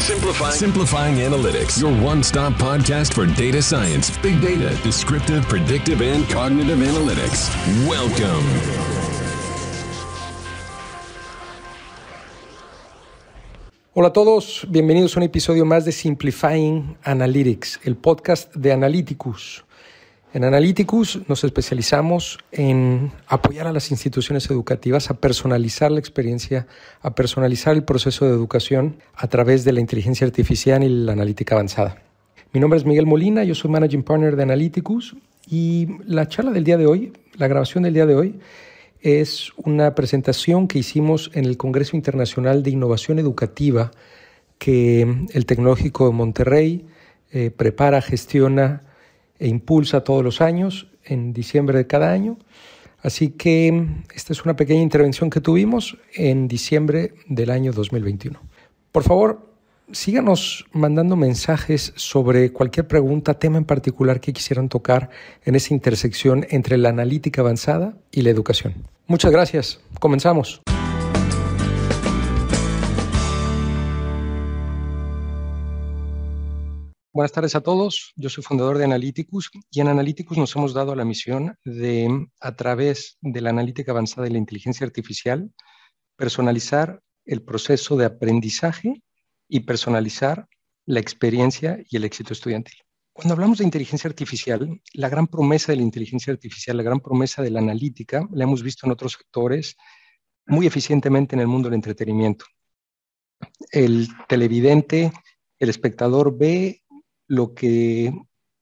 Simplifying Analytics, your one-stop podcast for data science, big data, descriptive, predictive, and cognitive analytics. Welcome. Hola a todos, bienvenidos a un episodio más de Simplifying Analytics, el podcast de Analyticus. En Analyticus nos especializamos en apoyar a las instituciones educativas a personalizar la experiencia, a personalizar el proceso de educación a través de la inteligencia artificial y la analítica avanzada. Mi nombre es Miguel Molina, yo soy Managing Partner de Analyticus y la charla del día de hoy, la grabación del día de hoy, es una presentación que hicimos en el Congreso Internacional de Innovación Educativa que el Tecnológico de Monterrey prepara, gestiona e impulsa todos los años, en diciembre de cada año. Así que esta es una pequeña intervención que tuvimos en diciembre del año 2021. Por favor, síganos mandando mensajes sobre cualquier pregunta, tema en particular que quisieran tocar en esa intersección entre la analítica avanzada y la educación. Muchas gracias. Comenzamos. Buenas tardes a todos. Yo soy fundador de Analyticus y en Analyticus nos hemos dado la misión de, a través de la analítica avanzada y la inteligencia artificial, personalizar el proceso de aprendizaje y personalizar la experiencia y el éxito estudiantil. Cuando hablamos de inteligencia artificial, la gran promesa de la inteligencia artificial, la gran promesa de la analítica, la hemos visto en otros sectores muy eficientemente en el mundo del entretenimiento. El televidente, el espectador ve lo que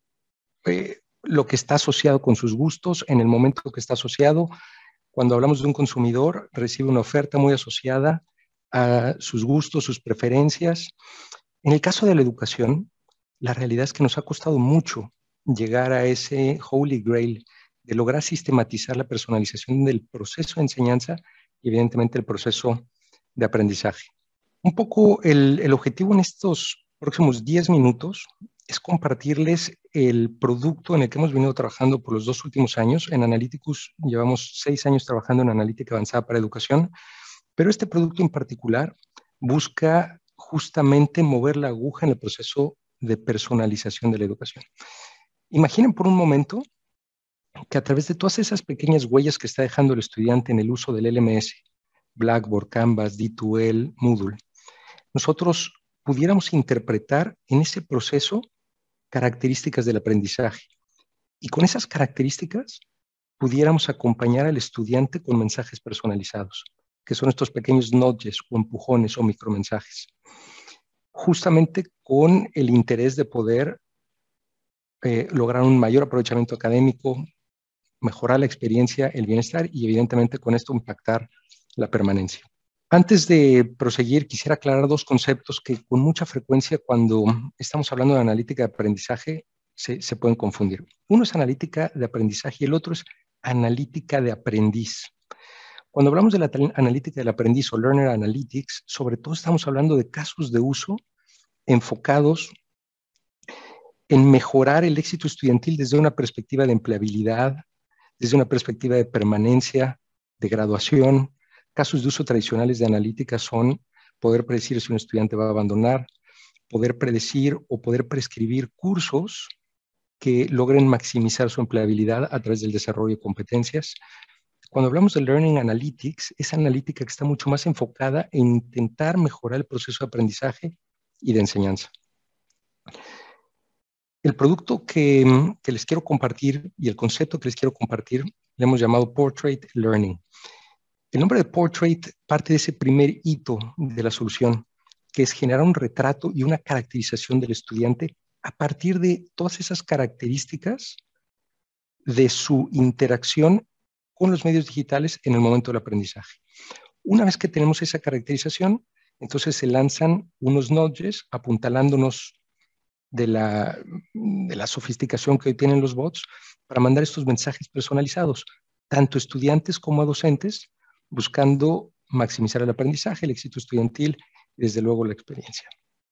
está asociado con sus gustos en el momento que está asociado. Cuando hablamos de un consumidor, recibe una oferta muy asociada a sus gustos, sus preferencias. En el caso de la educación, la realidad es que nos ha costado mucho llegar a ese holy grail de lograr sistematizar la personalización del proceso de enseñanza y evidentemente el proceso de aprendizaje. Un poco el objetivo en estos próximos 10 minutos es compartirles el producto en el que hemos venido trabajando por los 2 últimos años. En Analyticus llevamos 6 años trabajando en analítica avanzada para educación, pero este producto en particular busca justamente mover la aguja en el proceso de personalización de la educación. Imaginen por un momento que a través de todas esas pequeñas huellas que está dejando el estudiante en el uso del LMS, Blackboard, Canvas, D2L, Moodle, nosotros pudiéramos interpretar en ese proceso características del aprendizaje y con esas características pudiéramos acompañar al estudiante con mensajes personalizados, que son estos pequeños nudges o empujones o micromensajes, justamente con el interés de poder lograr un mayor aprovechamiento académico, mejorar la experiencia, el bienestar y evidentemente con esto impactar la permanencia. Antes de proseguir, quisiera aclarar 2 conceptos que con mucha frecuencia cuando estamos hablando de analítica de aprendizaje se pueden confundir. Uno es analítica de aprendizaje y el otro es analítica de aprendiz. Cuando hablamos de la analítica del aprendiz o Learner Analytics, sobre todo estamos hablando de casos de uso enfocados en mejorar el éxito estudiantil desde una perspectiva de empleabilidad, desde una perspectiva de permanencia, de graduación. Casos de uso tradicionales de analítica son poder predecir si un estudiante va a abandonar, poder predecir o poder prescribir cursos que logren maximizar su empleabilidad a través del desarrollo de competencias. Cuando hablamos de Learning Analytics, es analítica que está mucho más enfocada en intentar mejorar el proceso de aprendizaje y de enseñanza. El producto que les quiero compartir y el concepto que les quiero compartir le hemos llamado Portrait Learning. El nombre de Portrait parte de ese primer hito de la solución, que es generar un retrato y una caracterización del estudiante a partir de todas esas características de su interacción con los medios digitales en el momento del aprendizaje. Una vez que tenemos esa caracterización, entonces se lanzan unos nudges apuntalándonos de la sofisticación que hoy tienen los bots para mandar estos mensajes personalizados, tanto estudiantes como a docentes, buscando maximizar el aprendizaje, el éxito estudiantil y desde luego la experiencia.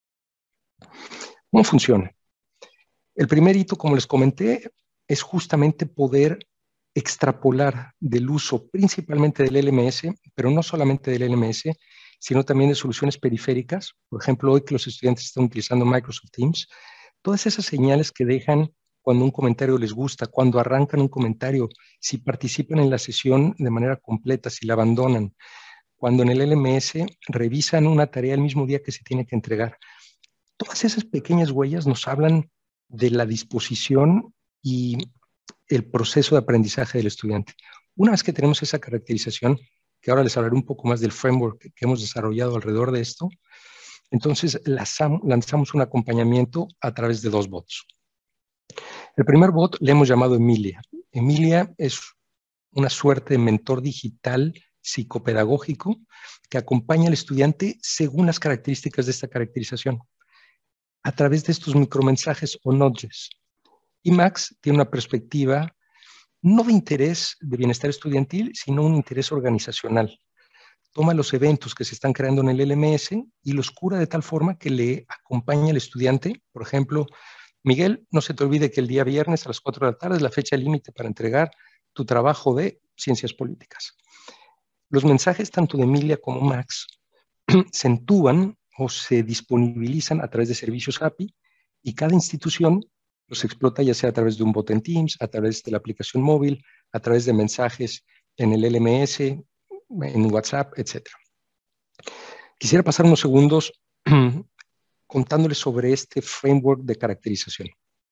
¿Cómo funciona? El primer hito, como les comenté, es justamente poder extrapolar del uso principalmente del LMS, pero no solamente del LMS, sino también de soluciones periféricas. Por ejemplo, hoy que los estudiantes están utilizando Microsoft Teams, todas esas señales que dejan cuando un comentario les gusta, cuando arrancan un comentario, si participan en la sesión de manera completa, si la abandonan, cuando en el LMS revisan una tarea el mismo día que se tiene que entregar. Todas esas pequeñas huellas nos hablan de la disposición y el proceso de aprendizaje del estudiante. Una vez que tenemos esa caracterización, que ahora les hablaré un poco más del framework que hemos desarrollado alrededor de esto, entonces lanzamos un acompañamiento a través de 2 bots. El primer bot le hemos llamado Emilia. Emilia es una suerte de mentor digital psicopedagógico que acompaña al estudiante según las características de esta caracterización, a través de estos micromensajes o nudges. Y Max tiene una perspectiva no de interés de bienestar estudiantil, sino un interés organizacional. Toma los eventos que se están creando en el LMS y los cura de tal forma que le acompaña al estudiante. Por ejemplo, Miguel, no se te olvide que el día viernes a las 4 de la tarde es la fecha límite para entregar tu trabajo de ciencias políticas. Los mensajes tanto de Emilia como Max se entuban o se disponibilizan a través de servicios API y cada institución los explota ya sea a través de un bot en Teams, a través de la aplicación móvil, a través de mensajes en el LMS, en WhatsApp, etc. Quisiera pasar unos segundos contándoles sobre este framework de caracterización.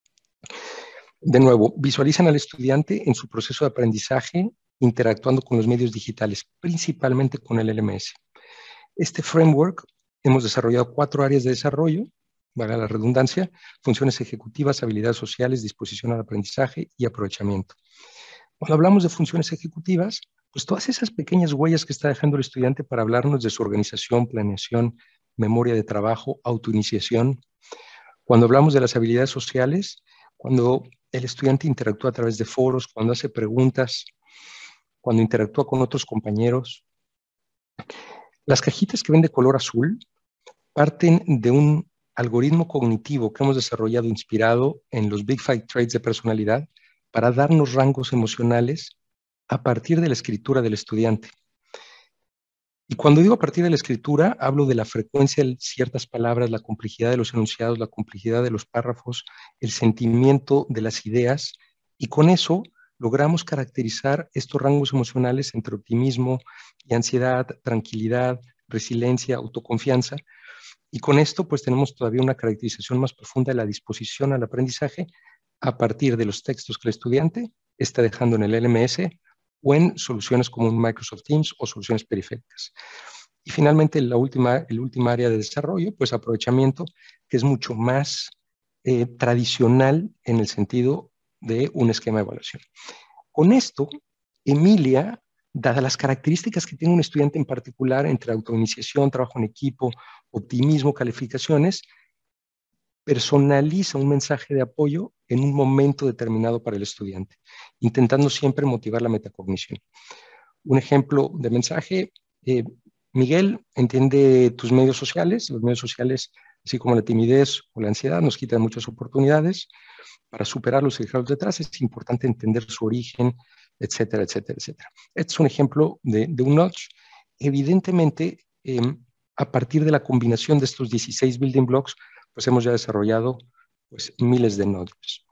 De nuevo, visualizan al estudiante en su proceso de aprendizaje interactuando con los medios digitales, principalmente con el LMS. Este framework hemos desarrollado 4 áreas de desarrollo, valga la redundancia: funciones ejecutivas, habilidades sociales, disposición al aprendizaje y aprovechamiento. Cuando hablamos de funciones ejecutivas, pues todas esas pequeñas huellas que está dejando el estudiante para hablarnos de su organización, planeación, memoria de trabajo, autoiniciación. Cuando hablamos de las habilidades sociales, cuando el estudiante interactúa a través de foros, cuando hace preguntas, cuando interactúa con otros compañeros. Las cajitas que ven de color azul parten de un algoritmo cognitivo que hemos desarrollado inspirado en los Big Five Traits de personalidad para darnos rangos emocionales a partir de la escritura del estudiante. Y cuando digo a partir de la escritura, hablo de la frecuencia de ciertas palabras, la complejidad de los enunciados, la complejidad de los párrafos, el sentimiento de las ideas, y con eso logramos caracterizar estos rangos emocionales entre optimismo y ansiedad, tranquilidad, resiliencia, autoconfianza, y con esto pues tenemos todavía una caracterización más profunda de la disposición al aprendizaje a partir de los textos que el estudiante está dejando en el LMS o en soluciones como Microsoft Teams o soluciones periféricas. Y finalmente el última área de desarrollo, pues aprovechamiento, que es mucho más tradicional en el sentido de un esquema de evaluación. Con esto, Emilia, dadas las características que tiene un estudiante en particular entre autoiniciación, trabajo en equipo, optimismo, calificaciones, personaliza un mensaje de apoyo en un momento determinado para el estudiante, intentando siempre motivar la metacognición. Un ejemplo de mensaje: Miguel, entiende tus medios sociales. Los medios sociales, así como la timidez o la ansiedad, nos quitan muchas oportunidades. Para superarlos y dejarlos detrás es importante entender su origen, etcétera, etcétera, etcétera. Este es un ejemplo de un notch. Evidentemente, a partir de la combinación de estos 16 building blocks, pues hemos ya desarrollado pues, miles de notches.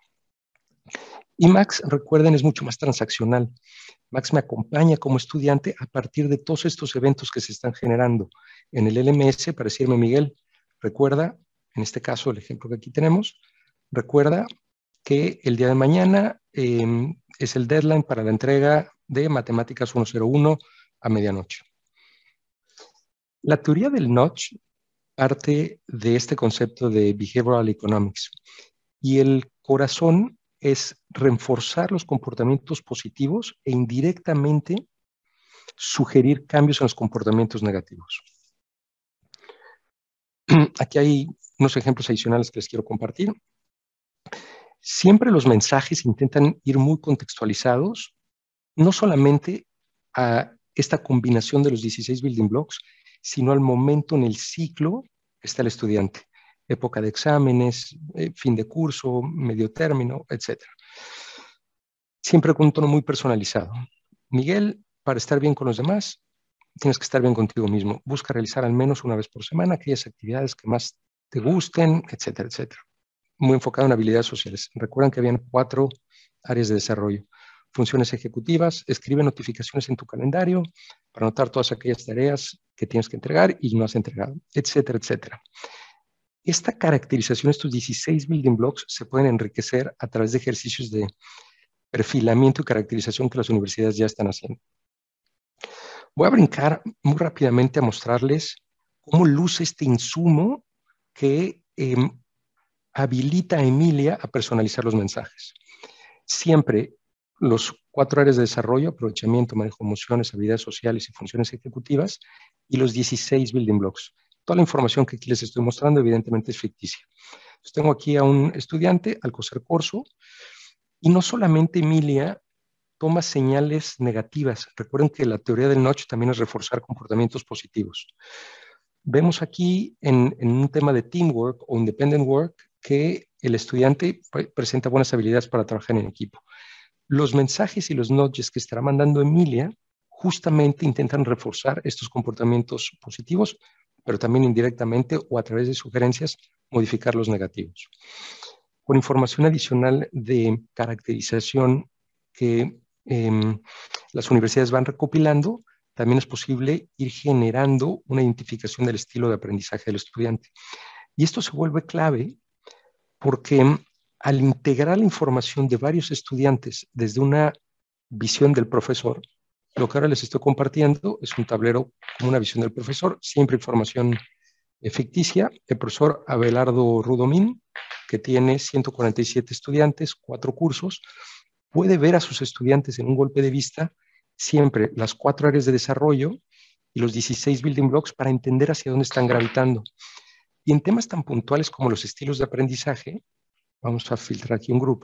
Y Max, recuerden, es mucho más transaccional. Max me acompaña como estudiante a partir de todos estos eventos que se están generando en el LMS para decirme: Miguel, recuerda, en este caso el ejemplo que aquí tenemos, recuerda que el día de mañana es el deadline para la entrega de Matemáticas 101 a medianoche. La teoría del notch parte de este concepto de Behavioral Economics y el corazón es reforzar los comportamientos positivos e indirectamente sugerir cambios en los comportamientos negativos. Aquí hay unos ejemplos adicionales que les quiero compartir. Siempre los mensajes intentan ir muy contextualizados, no solamente a esta combinación de los 16 building blocks, sino al momento en el ciclo que está el estudiante. Época de exámenes, fin de curso, medio término, etc. Siempre con un tono muy personalizado. Miguel, para estar bien con los demás, tienes que estar bien contigo mismo. Busca realizar al menos una vez por semana aquellas actividades que más te gusten, etcétera, etcétera. Muy enfocado en habilidades sociales. Recuerdan que habían 4 áreas de desarrollo. Funciones ejecutivas, escribe notificaciones en tu calendario para anotar todas aquellas tareas que tienes que entregar y no has entregado, etcétera, etcétera. Esta caracterización, estos 16 building blocks, se pueden enriquecer a través de ejercicios de perfilamiento y caracterización que las universidades ya están haciendo. Voy a brincar muy rápidamente a mostrarles cómo luce este insumo que habilita a Emilia a personalizar los mensajes. Siempre los 4 áreas de desarrollo: aprovechamiento, manejo de emociones, habilidades sociales y funciones ejecutivas, y los 16 building blocks. Toda la información que aquí les estoy mostrando evidentemente es ficticia. Entonces, tengo aquí a un estudiante, Alcocer Corso, y no solamente Emilia toma señales negativas. Recuerden que la teoría del notch también es reforzar comportamientos positivos. Vemos aquí en un tema de teamwork o independent work que el estudiante presenta buenas habilidades para trabajar en equipo. Los mensajes y los nudges que estará mandando Emilia justamente intentan reforzar estos comportamientos positivos, pero también indirectamente o a través de sugerencias modificar los negativos. Con información adicional de caracterización que las universidades van recopilando, también es posible ir generando una identificación del estilo de aprendizaje del estudiante. Y esto se vuelve clave porque al integrar la información de varios estudiantes desde una visión del profesor, lo que ahora les estoy compartiendo es un tablero con una visión del profesor, siempre información ficticia. El profesor Abelardo Rudomín, que tiene 147 estudiantes, 4 cursos, puede ver a sus estudiantes en un golpe de vista siempre las 4 áreas de desarrollo y los 16 building blocks para entender hacia dónde están gravitando. Y en temas tan puntuales como los estilos de aprendizaje, vamos a filtrar aquí un grupo,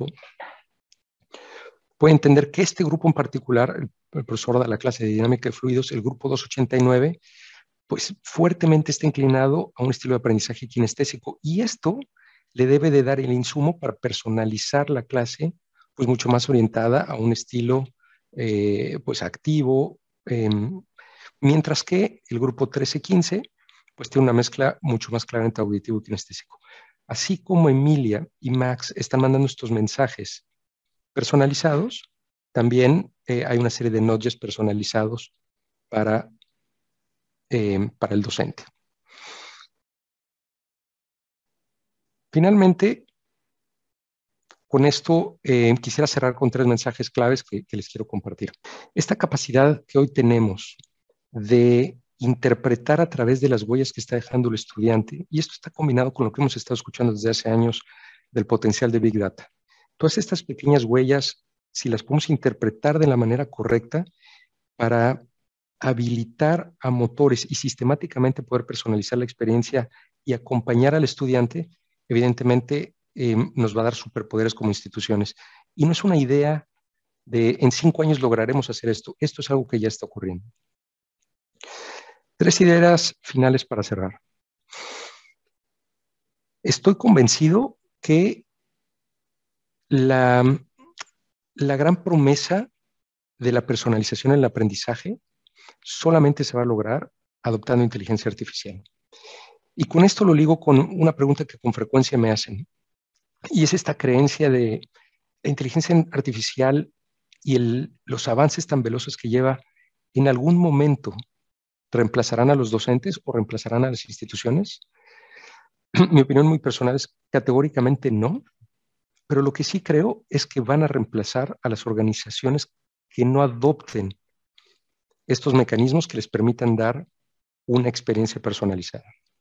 puede entender que este grupo en particular, el profesor da la clase de dinámica de fluidos, el grupo 289, pues fuertemente está inclinado a un estilo de aprendizaje kinestésico, y esto le debe de dar el insumo para personalizar la clase, pues mucho más orientada a un estilo pues activo, mientras que el grupo 1315 pues tiene una mezcla mucho más clara entre auditivo y kinestésico. Así como Emilia y Max están mandando estos mensajes personalizados, también hay una serie de nudges personalizados para el docente. Finalmente, con esto quisiera cerrar con 3 mensajes claves que les quiero compartir. Esta capacidad que hoy tenemos de interpretar a través de las huellas que está dejando el estudiante, y esto está combinado con lo que hemos estado escuchando desde hace años del potencial de Big Data. Todas estas pequeñas huellas, si las podemos interpretar de la manera correcta para habilitar a motores y sistemáticamente poder personalizar la experiencia y acompañar al estudiante, evidentemente nos va a dar superpoderes como instituciones. Y no es una idea de en 5 años lograremos hacer esto. Esto es algo que ya está ocurriendo. 3 ideas finales para cerrar. Estoy convencido que la gran promesa de la personalización en el aprendizaje solamente se va a lograr adoptando inteligencia artificial. Y con esto lo ligo con una pregunta que con frecuencia me hacen, y es esta creencia de la inteligencia artificial y los avances tan veloces que lleva, ¿en algún momento reemplazarán a los docentes o reemplazarán a las instituciones? Mi opinión muy personal es categóricamente no, pero lo que sí creo es que van a reemplazar a las organizaciones que no adopten estos mecanismos que les permitan dar una experiencia personalizada.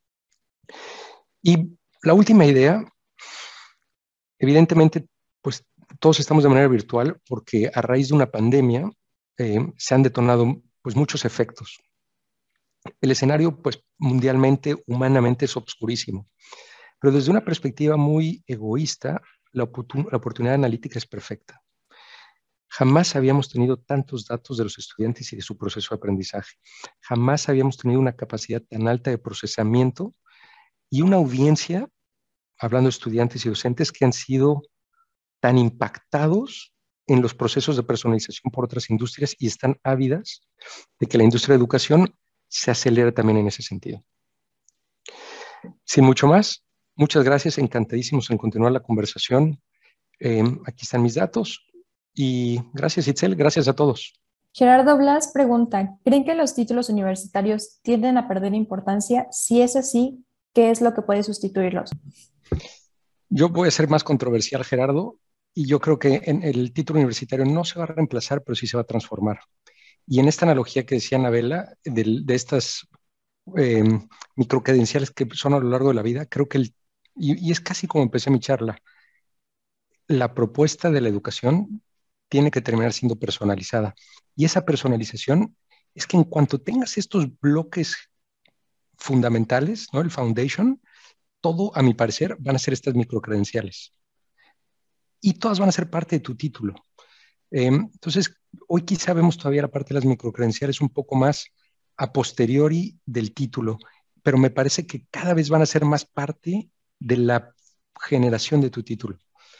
Y la última idea, evidentemente, pues todos estamos de manera virtual porque a raíz de una pandemia se han detonado pues muchos efectos. El escenario pues mundialmente, humanamente es obscurísimo, pero desde una perspectiva muy egoísta, la oportunidad analítica es perfecta. Jamás habíamos tenido tantos datos de los estudiantes y de su proceso de aprendizaje. Jamás habíamos tenido una capacidad tan alta de procesamiento y una audiencia, hablando de estudiantes y docentes, que han sido tan impactados en los procesos de personalización por otras industrias y están ávidas de que la industria de educación se acelere también en ese sentido. Sin mucho más, muchas gracias, encantadísimos en continuar la conversación. Aquí están mis datos y gracias, Itzel, gracias a todos. Gerardo Blas pregunta, ¿creen que los títulos universitarios tienden a perder importancia? Si es así, ¿qué es lo que puede sustituirlos? Yo voy a ser más controversial, Gerardo, y yo creo que el título universitario no se va a reemplazar, pero sí se va a transformar. Y en esta analogía que decía Anabela, de estas microcredenciales que son a lo largo de la vida, creo que, y es casi como empecé mi charla, la propuesta de la educación tiene que terminar siendo personalizada. Y esa personalización es que en cuanto tengas estos bloques fundamentales, ¿no? El foundation, todo, a mi parecer, van a ser estas microcredenciales. Y todas van a ser parte de tu título. Entonces, hoy quizá vemos todavía la parte de las microcredenciales un poco más a posteriori del título, pero me parece que cada vez van a ser más parte de la generación de tu título.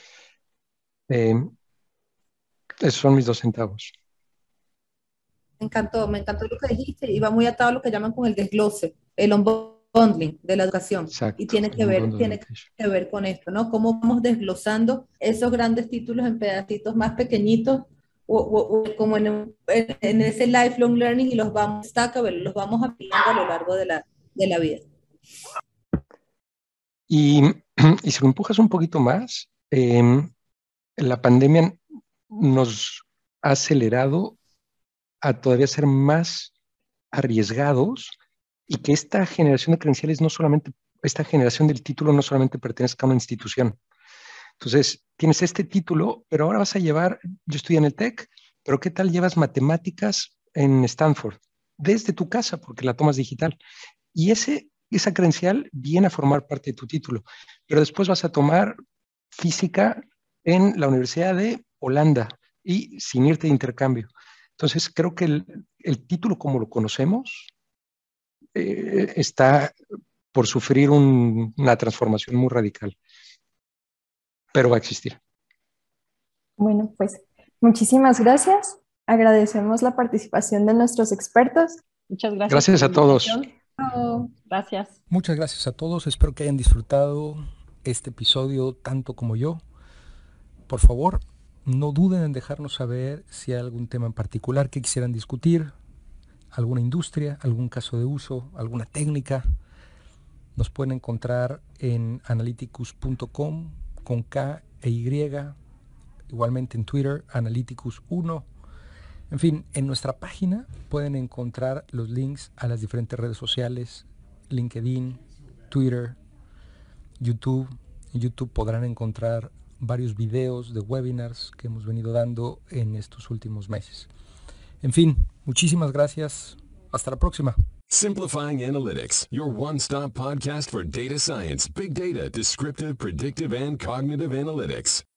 Esos son mis 2 centavos. Me encantó lo que dijiste y va muy atado a lo que llaman con el desglose, el unbundling de la educación. Exacto, y tiene que ver con esto, ¿no? Cómo vamos desglosando esos grandes títulos en pedacitos más pequeñitos o como en ese lifelong learning y los vamos aplicando a lo largo de la vida. Y si lo empujas un poquito más, la pandemia nos ha acelerado a todavía ser más arriesgados y que esta generación de credenciales no solamente, esta generación del título no solamente pertenezca a una institución. Entonces, tienes este título, pero ahora vas a llevar, yo estoy en el TEC, pero ¿qué tal llevas matemáticas en Stanford? Desde tu casa, porque la tomas digital. Y esa credencial viene a formar parte de tu título, pero después vas a tomar física en la Universidad de Holanda y sin irte de intercambio. Entonces, creo que el título como lo conocemos está por sufrir una transformación muy radical, pero va a existir. Bueno, pues muchísimas gracias. Agradecemos la participación de nuestros expertos. Muchas gracias. Gracias a todos. Oh, gracias. Muchas gracias a todos. Espero que hayan disfrutado este episodio tanto como yo. Por favor, no duden en dejarnos saber si hay algún tema en particular que quisieran discutir, alguna industria, algún caso de uso, alguna técnica. Nos pueden encontrar en analyticus.com con K e Y, igualmente en Twitter, Analyticus1. En fin, en nuestra página pueden encontrar los links a las diferentes redes sociales, LinkedIn, Twitter, YouTube. En YouTube podrán encontrar varios videos de webinars que hemos venido dando en estos últimos meses. En fin, muchísimas gracias. Hasta la próxima. Simplifying Analytics, your one-stop podcast for data science, big data, descriptive, predictive, and cognitive analytics.